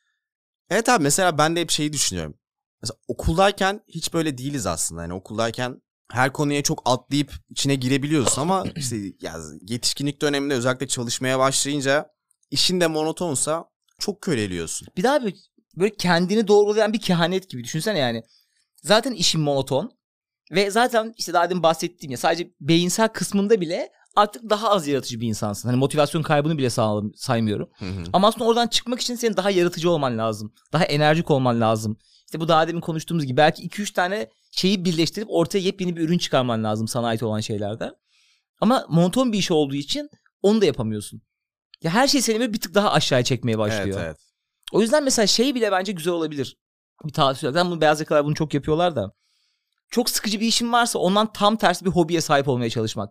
Evet abi mesela ben de hep şeyi düşünüyorum. Mesela okuldayken hiç böyle değiliz aslında. Yani okuldayken her konuya çok atlayıp içine girebiliyorsun ama işte ya yetişkinlik döneminde özellikle çalışmaya başlayınca işin de monotonsa çok köreliyorsun. Bir daha böyle kendini doğrulayan bir kehanet gibi düşünsene yani. Zaten işin monoton ve zaten işte daha demin bahsettiğim ya sadece beyinsel kısmında bile artık daha az yaratıcı bir insansın. Hani motivasyon kaybını bile saymıyorum. Ama aslında oradan çıkmak için senin daha yaratıcı olman lazım. Daha enerjik olman lazım. İşte bu daha demin konuştuğumuz gibi belki 2-3 tane şeyi birleştirip ortaya yepyeni bir ürün çıkarman lazım sana ait olan şeylerden. Ama monoton bir iş olduğu için onu da yapamıyorsun. Ya her şey seni bir tık daha aşağıya çekmeye başlıyor. Evet. O yüzden mesela şey bile bence güzel olabilir. Bir tavsiye olarak. Bunu beyaz yakalar bunu çok yapıyorlar da. Çok sıkıcı bir işin varsa ondan tam tersi bir hobiye sahip olmaya çalışmak.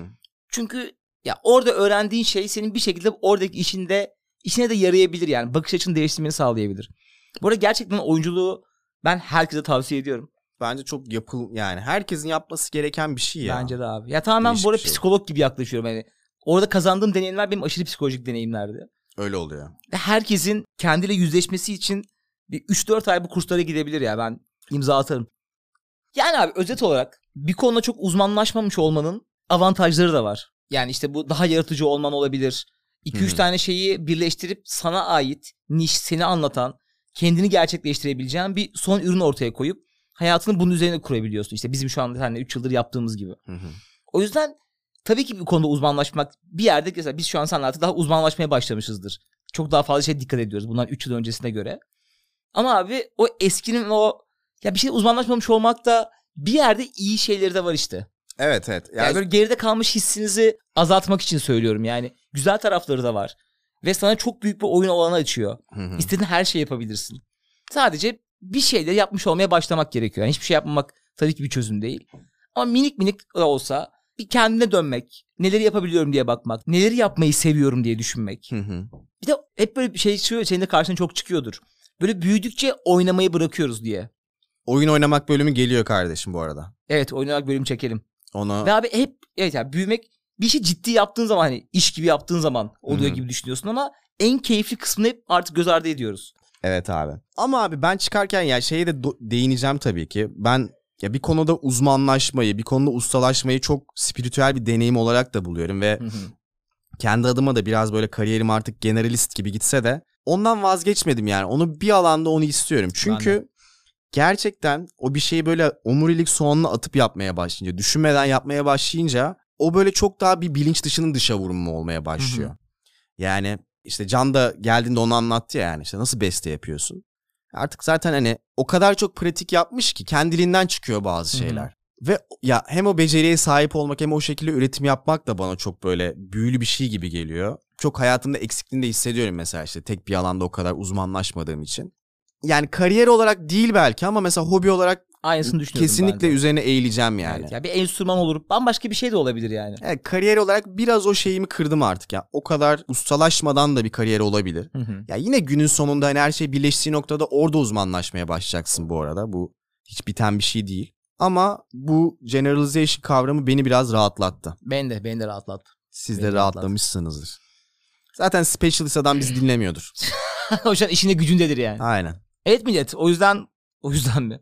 Çünkü ya orada öğrendiğin şey senin bir şekilde oradaki işine de yarayabilir yani. Bakış açını değiştirmeni sağlayabilir. Bu arada gerçekten oyunculuğu ben herkese tavsiye ediyorum. Bence çok yani herkesin yapması gereken bir şey ya. Bence de abi. Ya tamamen bu arada psikolog gibi yaklaşıyorum yani. Orada kazandığım deneyimler benim aşırı psikolojik deneyimlerdi. Öyle oluyor. Ve herkesin kendiyle yüzleşmesi için bir 3-4 ay bu kurslara gidebilir ya, ben imza atarım. Yani abi özet olarak bir konuda çok uzmanlaşmamış olmanın avantajları da var. Yani işte bu daha yaratıcı olman olabilir. 2-3 tane şeyi birleştirip sana ait, niş, seni anlatan, kendini gerçekleştirebileceğin bir son ürün ortaya koyup hayatını bunun üzerine kurabiliyorsun. İşte bizim şu anda hani 3 yıldır yaptığımız gibi. O yüzden tabii ki bir konuda uzmanlaşmak bir yerde, mesela biz şu an seninle artık daha uzmanlaşmaya başlamışızdır. Çok daha fazla şey dikkat ediyoruz bundan 3 yıl öncesine göre. Ama abi o eskinin o ya bir şey uzmanlaşmamış olmak da bir yerde iyi şeyleri de var işte. Evet. Yani böyle geride kalmış hissinizi azaltmak için söylüyorum yani. Güzel tarafları da var. Ve sana çok büyük bir oyun alanı açıyor. İstediğin her şeyi yapabilirsin. Sadece bir şeyleri yapmış olmaya başlamak gerekiyor. Yani hiçbir şey yapmamak tabii ki bir çözüm değil. Ama minik minik da olsa bir kendine dönmek, neleri yapabiliyorum diye bakmak, neleri yapmayı seviyorum diye düşünmek. Bir de hep böyle bir şey çıkıyor, senin de karşına çok çıkıyordur. Böyle büyüdükçe oynamayı bırakıyoruz diye. Oyun oynamak bölümü geliyor kardeşim bu arada. Evet, oynamak bölüm çekelim. Onu... Ve abi hep evet yani büyümek, bir şey ciddi yaptığın zaman hani iş gibi yaptığın zaman oluyor gibi düşünüyorsun ama en keyifli kısmını hep artık göz ardı ediyoruz. Evet abi. Ama abi ben çıkarken ya şeye de değineceğim tabii ki. Ben ya bir konuda uzmanlaşmayı, bir konuda ustalaşmayı çok spiritüel bir deneyim olarak da buluyorum ve kendi adıma da biraz böyle kariyerim artık generalist gibi gitse de ondan vazgeçmedim yani. Onu bir alanda onu istiyorum. Çünkü gerçekten o bir şeyi böyle omurilik soğanına atıp yapmaya başlayınca, düşünmeden yapmaya başlayınca o böyle çok daha bir bilinç dışının dışa vurumu olmaya başlıyor. Yani işte Can da geldiğinde onu anlattı ya, yani işte nasıl beste yapıyorsun. Artık zaten hani o kadar çok pratik yapmış ki kendiliğinden çıkıyor bazı şeyler. Ve ya hem o beceriye sahip olmak hem o şekilde üretim yapmak da bana çok böyle büyülü bir şey gibi geliyor. Çok hayatımda eksikliğini de hissediyorum mesela işte tek bir alanda o kadar uzmanlaşmadığım için. Yani kariyer olarak değil belki ama mesela hobi olarak aynısını düşünüyorum kesinlikle üzerine eğileceğim yani. Evet, ya bir enstrüman olur, bambaşka bir şey de olabilir yani. Evet, kariyer olarak biraz o şeyimi kırdım artık ya. O kadar ustalaşmadan da bir kariyer olabilir. Ya yine günün sonunda hani her şey birleştiği noktada orada uzmanlaşmaya başlayacaksın bu arada. Bu hiç biten bir şey değil. Ama bu generalization kavramı beni biraz rahatlattı. Beni de rahatlattı. Siz de rahatlamışsınızdır. Zaten specialist adam bizi dinlemiyordur. O yüzden işine gücündedir yani. Aynen. Evet millet, o yüzden mi?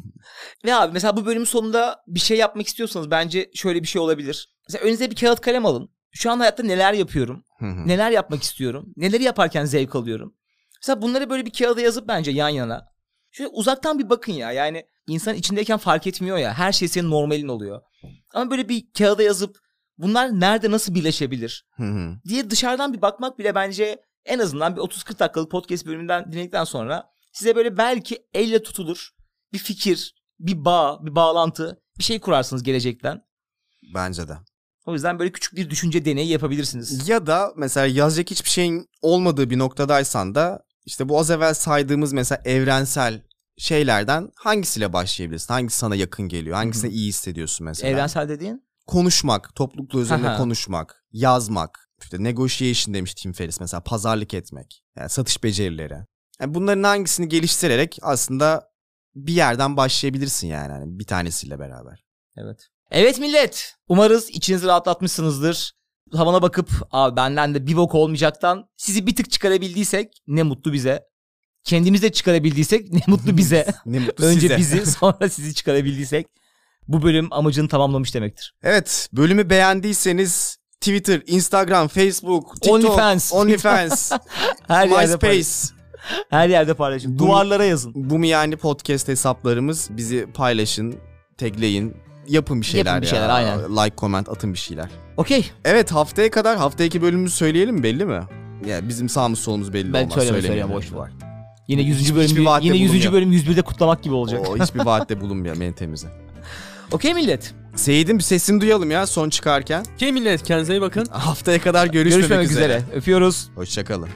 Ve abi mesela bu bölümün sonunda bir şey yapmak istiyorsanız bence şöyle bir şey olabilir. Mesela önünüze bir kağıt kalem alın. Şu an hayatta neler yapıyorum? Neler yapmak istiyorum? Neleri yaparken zevk alıyorum? Mesela bunları böyle bir kağıda yazıp bence yan yana. Şöyle uzaktan bir bakın ya. Yani insan içindeyken fark etmiyor ya. Her şey senin normalin oluyor. Ama böyle bir kağıda yazıp bunlar nerede nasıl birleşebilir diye dışarıdan bir bakmak bile bence en azından bir 30-40 dakikalık podcast bölümünden dinledikten sonra size böyle belki elle tutulur bir fikir, bir bağ, bir bağlantı, bir şey kurarsınız gelecekten. Bence de. O yüzden böyle küçük bir düşünce deneyi yapabilirsiniz. Ya da mesela yazacak hiçbir şeyin olmadığı bir noktadaysan da işte bu az evvel saydığımız mesela evrensel şeylerden hangisiyle başlayabilirsin? Hangisi sana yakın geliyor? Hangisine iyi hissediyorsun mesela? Evrensel dediğin? Konuşmak, toplulukla üzerinde konuşmak, yazmak. İşte negotiation demiş Tim Ferriss mesela, pazarlık etmek. Yani satış becerileri. Yani bunların hangisini geliştirerek aslında bir yerden başlayabilirsin yani hani bir tanesiyle beraber. Evet. Evet millet. Umarız içinizi rahatlatmışsınızdır. Havana bakıp abi benden de bir bok olmayacaktan sizi bir tık çıkarabildiysek ne mutlu bize. Kendimiz de çıkarabildiysek ne mutlu bize. Ne mutlu Önce size. bizi sonra sizi çıkarabildiysek bu bölüm amacını tamamlamış demektir. Evet, bölümü beğendiyseniz Twitter, Instagram, Facebook, TikTok, OnlyFans, her MySpace. Her yerde paylaşın. Duvarlara yazın. Bu mu yani podcast hesaplarımız, bizi paylaşın, tagleyin, yapın bir şeyler. Yapın bir şeyler, aynen. Like, comment atın bir şeyler. Okey. Evet, haftaki bölümümüzü söyleyelim mi, belli mi? Ya bizim sağımız solumuz belli olmaz. Ben söyleyeyim boş ver. Yine 100. Hiçbir bölüm 100. bölüm 101'de kutlamak gibi olacak. Hiçbir vaatte bulunmuyor beni temize. Okey millet. Seyit'in bir sesini duyalım ya son çıkarken. Okey millet, kendinize iyi bakın. Haftaya kadar görüşmemek üzere. Öpüyoruz. Hoşçakalın.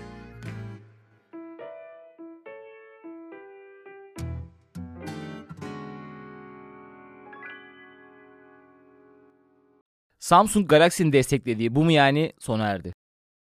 Samsung Galaxy'nin desteklediği Bu Mu Yani sona erdi.